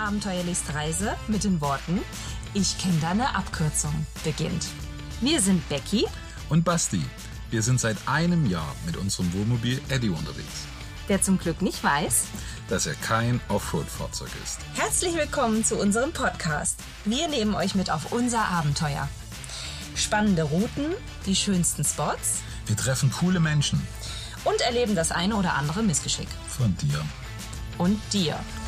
abenteuerlichste Reise mit den Worten Ich kenne deine Abkürzung beginnt. Wir sind Becky und Basti. Wir sind seit einem Jahr mit unserem Wohnmobil Eddie unterwegs, der zum Glück nicht weiß, dass er kein Offroad-Fahrzeug ist. Herzlich willkommen zu unserem Podcast. Wir nehmen euch mit auf unser Abenteuer. Spannende Routen, die schönsten Spots. Wir treffen coole Menschen. Und erleben das eine oder andere Missgeschick. Von dir. Und dir.